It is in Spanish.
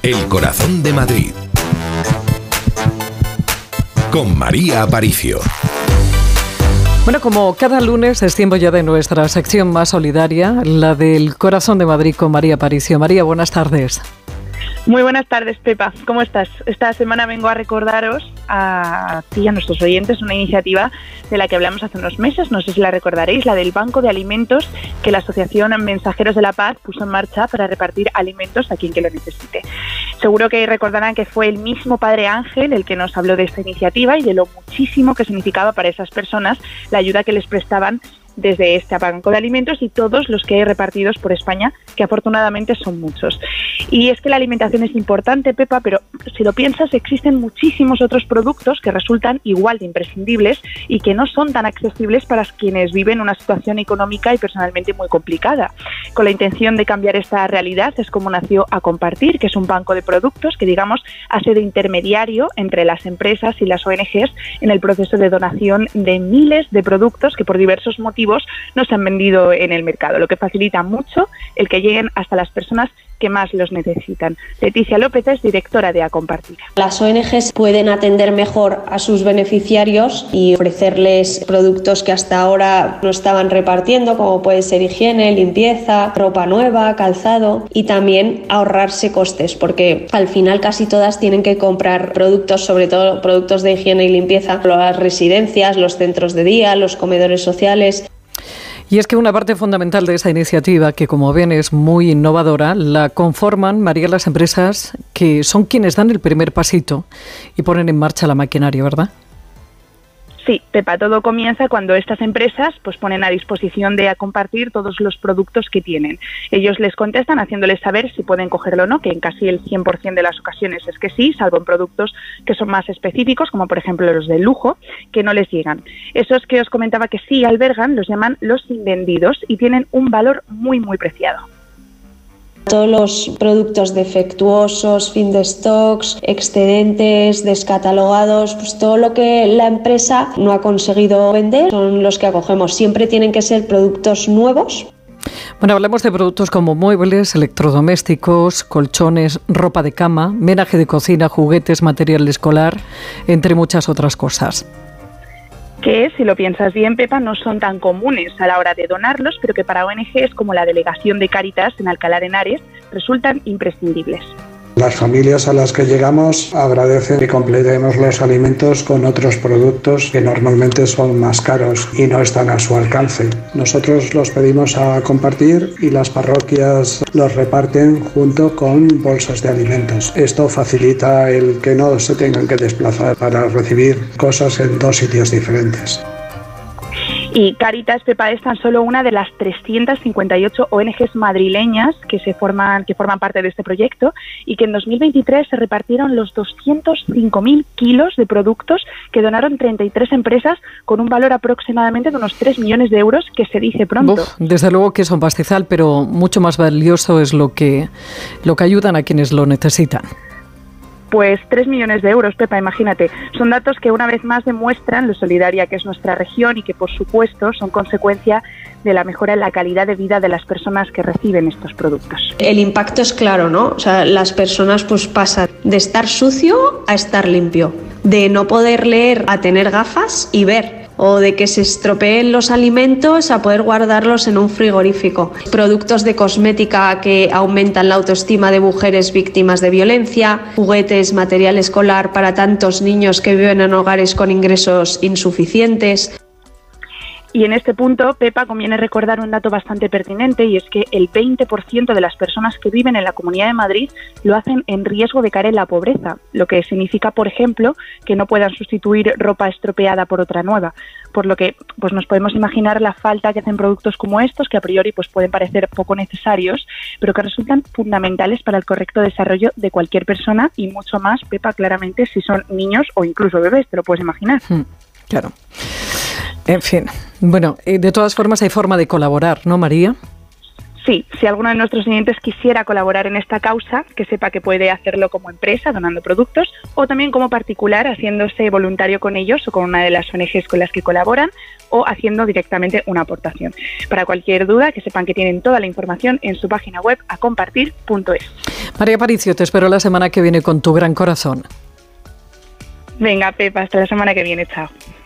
El corazón de Madrid. Con María Aparicio. Bueno, como cada lunes es tiempo ya de nuestra sección más solidaria, la del Corazón de Madrid con María Aparicio. María, buenas tardes. Muy buenas tardes, Pepa. ¿Cómo estás? Esta semana vengo a recordaros a ti y a nuestros oyentes una iniciativa de la que hablamos hace unos meses, no sé si la recordaréis, la del Banco de Alimentos que la Asociación Mensajeros de la Paz puso en marcha para repartir alimentos a quien que lo necesite. Seguro que recordarán que fue el mismo Padre Ángel el que nos habló de esta iniciativa y de lo muchísimo que significaba para esas personas la ayuda que les prestaban desde este banco de alimentos y todos los que hay repartidos por España, que afortunadamente son muchos. Y es que la alimentación es importante, Pepa, pero si lo piensas, existen muchísimos otros productos que resultan igual de imprescindibles y que no son tan accesibles para quienes viven una situación económica y personalmente muy complicada. Con la intención de cambiar esta realidad es como nació A Compartir, que es un banco de productos que, digamos, hace de intermediario entre las empresas y las ONGs en el proceso de donación de miles de productos que por diversos motivos no se han vendido en el mercado, lo que facilita mucho el que lleguen hasta las personas que más los necesitan. Leticia López es directora de A Compartir. Las ONGs pueden atender mejor a sus beneficiarios y ofrecerles productos que hasta ahora no estaban repartiendo, como puede ser higiene, limpieza, ropa nueva, calzado, y también ahorrarse costes, porque al final casi todas tienen que comprar productos, sobre todo productos de higiene y limpieza, las residencias, los centros de día, los comedores sociales. Y es que una parte fundamental de esta iniciativa, que como ven es muy innovadora, la conforman, María, las empresas que son quienes dan el primer pasito y ponen en marcha la maquinaria, ¿verdad? Sí, Pepa, todo comienza cuando estas empresas pues ponen a disposición de A Compartir todos los productos que tienen. Ellos les contestan haciéndoles saber si pueden cogerlo o no, que en casi el 100% de las ocasiones es que sí, salvo en productos que son más específicos, como por ejemplo los de lujo, que no les llegan. Esos que os comentaba que sí albergan los llaman los invendidos y tienen un valor muy, muy preciado. Todos los productos defectuosos, fin de stocks, excedentes, descatalogados, pues todo lo que la empresa no ha conseguido vender son los que acogemos. Siempre tienen que ser productos nuevos. Bueno, hablamos de productos como muebles, electrodomésticos, colchones, ropa de cama, menaje de cocina, juguetes, material escolar, entre muchas otras cosas. Que, si lo piensas bien, Pepa, no son tan comunes a la hora de donarlos, pero que para ONGs como la Delegación de Cáritas en Alcalá de Henares resultan imprescindibles. Las familias a las que llegamos agradecen que completemos los alimentos con otros productos que normalmente son más caros y no están a su alcance. Nosotros los pedimos a compartir y las parroquias los reparten junto con bolsas de alimentos. Esto facilita el que no se tengan que desplazar para recibir cosas en dos sitios diferentes. Y Cáritas, Pepa, es tan solo una de las 358 ONGs madrileñas que forman parte de este proyecto y que en 2023 se repartieron los 205.000 kilos de productos que donaron 33 empresas con un valor aproximadamente de unos 3 millones de euros, que se dice pronto. Desde luego que es un pastizal, pero mucho más valioso es lo que ayudan a quienes lo necesitan. Pues 3 millones de euros, Pepa, imagínate. Son datos que una vez más demuestran lo solidaria que es nuestra región y que, por supuesto, son consecuencia de la mejora en la calidad de vida de las personas que reciben estos productos. El impacto es claro, ¿no? O sea, las personas pues pasan de estar sucio a estar limpio, de no poder leer a tener gafas y ver, o de que se estropeen los alimentos a poder guardarlos en un frigorífico. Productos de cosmética que aumentan la autoestima de mujeres víctimas de violencia, juguetes, material escolar para tantos niños que viven en hogares con ingresos insuficientes. Y en este punto, Pepa, conviene recordar un dato bastante pertinente, y es que el 20% de las personas que viven en la Comunidad de Madrid lo hacen en riesgo de caer en la pobreza, lo que significa, por ejemplo, que no puedan sustituir ropa estropeada por otra nueva, por lo que pues nos podemos imaginar la falta que hacen productos como estos, que a priori pues pueden parecer poco necesarios, pero que resultan fundamentales para el correcto desarrollo de cualquier persona, y mucho más, Pepa, claramente si son niños o incluso bebés, te lo puedes imaginar. Claro. En fin, bueno, de todas formas hay forma de colaborar, ¿no, María? Sí, si alguno de nuestros oyentes quisiera colaborar en esta causa, que sepa que puede hacerlo como empresa, donando productos, o también como particular, haciéndose voluntario con ellos o con una de las ONGs con las que colaboran, o haciendo directamente una aportación. Para cualquier duda, que sepan que tienen toda la información en su página web acompartir.es. María Aparicio, te espero la semana que viene con tu gran corazón. Venga, Pepa, hasta la semana que viene. Chao.